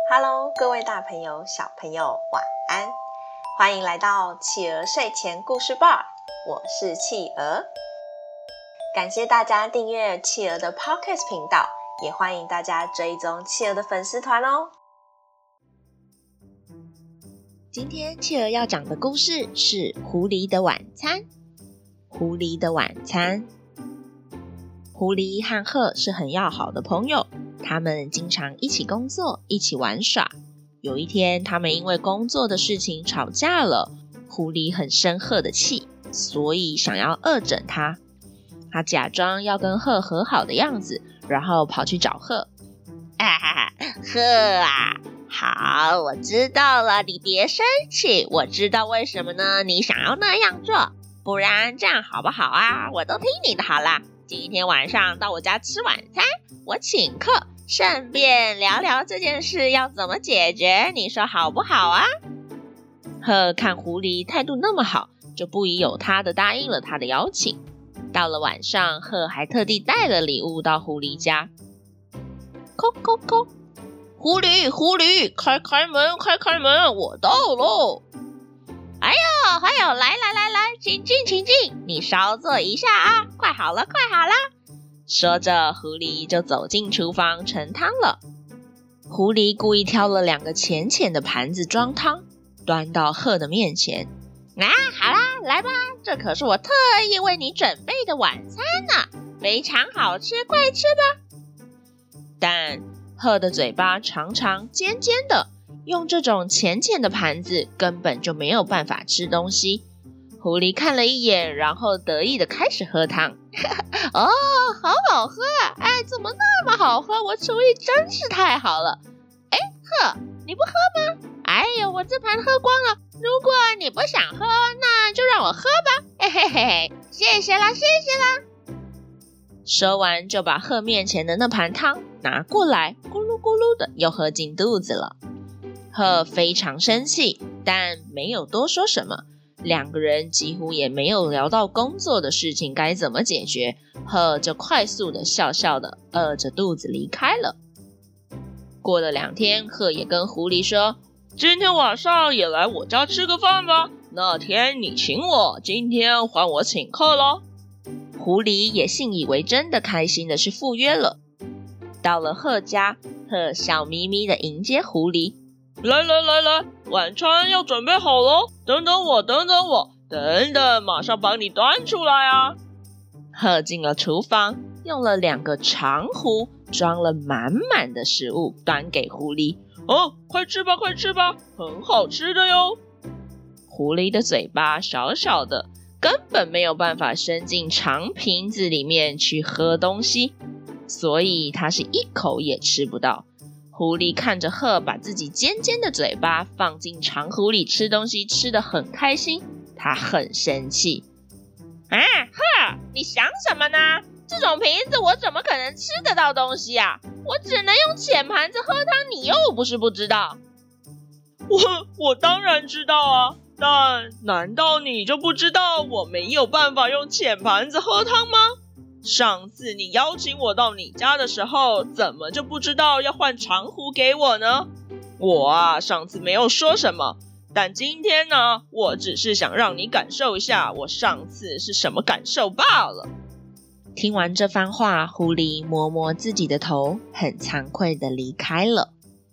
Hello， 各位大朋友、小朋友，晚安！欢迎来到企鹅睡前故事吧，我是企鹅。感谢大家订阅企鹅的 Podcast 频道，也欢迎大家追踪企鹅的粉丝团哦。 今天企鹅要讲的故事是狐狸的晚餐。狐狸的晚餐。狐狸和鹤是很要好的朋友，他们经常一起工作，一起玩耍。有一天，他们因为工作的事情吵架了，狐狸很生鹤的气，所以想要恶整他。他假装要跟鹤和好的样子，然后跑去找鹤。鹤啊，好，我知道了，你别生气，我知道为什么呢？你想要那样做，不然这样好不好啊？我都听你的好啦。今天晚上到我家吃晚餐，我请客，顺便聊聊这件事要怎么解决，你说好不好啊？鹤看狐狸态度那么好，就不疑有他的答应了他的邀请。到了晚上，鹤还特地带了礼物到狐狸家。叩叩叩，狐狸，开门，我到喽！哎呦，来，请进，你稍坐一下啊，快好了。说着，狐狸就走进厨房盛汤了。狐狸故意挑了2个浅浅的盘子装汤，端到鹤的面前。好啦，来吧，这可是我特意为你准备的晚餐呢，非常好吃，快吃吧。但鹤的嘴巴长长尖尖的，用这种浅浅的盘子根本就没有办法吃东西。狐狸看了一眼，然后得意的开始喝汤。哦，好喝啊！怎么那么好喝？我厨艺真是太好了。鹤，你不喝吗？我这盘喝光了。如果你不想喝，那就让我喝吧。谢谢啦。说完就把鹤面前的那盘汤拿过来，咕噜咕噜的又喝进肚子了。鹤非常生气，但没有多说什么。2个人几乎也没有聊到工作的事情该怎么解决，鹤就快速的笑笑的饿着肚子离开了。过了2天，鹤也跟狐狸说，今天晚上也来我家吃个饭吧，那天你请我，今天换我请客咯。狐狸也信以为真的开心的是赴约了。到了鹤家，鹤笑眯眯的迎接狐狸，来，晚餐要准备好咯，等等我，马上帮你端出来啊。鹤进了厨房，用了2个长壶装了满满的食物端给狐狸。快吃吧，很好吃的哟。狐狸的嘴巴小小的，根本没有办法伸进长瓶子里面去喝东西，所以它是一口也吃不到。狐狸看着鹤把自己尖尖的嘴巴放进长壶里吃东西，吃得很开心，他很生气。鹤，你想什么呢？这种瓶子我怎么可能吃得到东西啊？我只能用浅盘子喝汤，你又不是不知道。我当然知道啊，但难道你就不知道我没有办法用浅盘子喝汤吗？上次你邀请我到你家的时候，怎么就不知道要换长壶给我呢？我上次没有说什么，但今天呢，我只是想让你感受一下我上次是什么感受罢了。听完这番话，狐狸摸摸自己的头，很惭愧地离开了。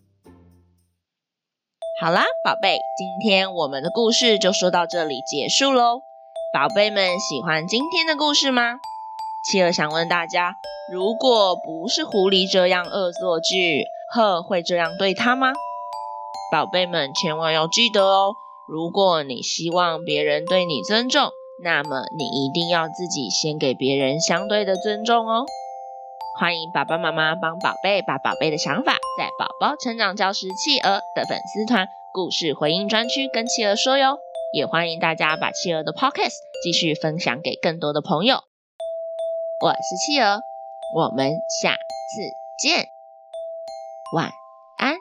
好啦，宝贝，今天我们的故事就说到这里结束咯。宝贝们喜欢今天的故事吗？企鹅想问大家，如果不是狐狸这样恶作剧，鹤会这样对他吗？宝贝们千万要记得哦，如果你希望别人对你尊重，那么你一定要自己先给别人相对的尊重哦。欢迎爸爸妈妈帮宝贝把宝贝的想法在宝宝成长教室企鹅的粉丝团故事回应专区跟企鹅说哟，也欢迎大家把企鹅的 podcast 继续分享给更多的朋友。我是企鹅，我们下次见，晚安。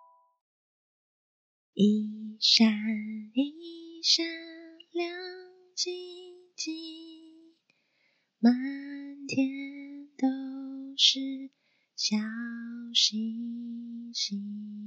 一闪一闪亮晶晶，满天都是小星星。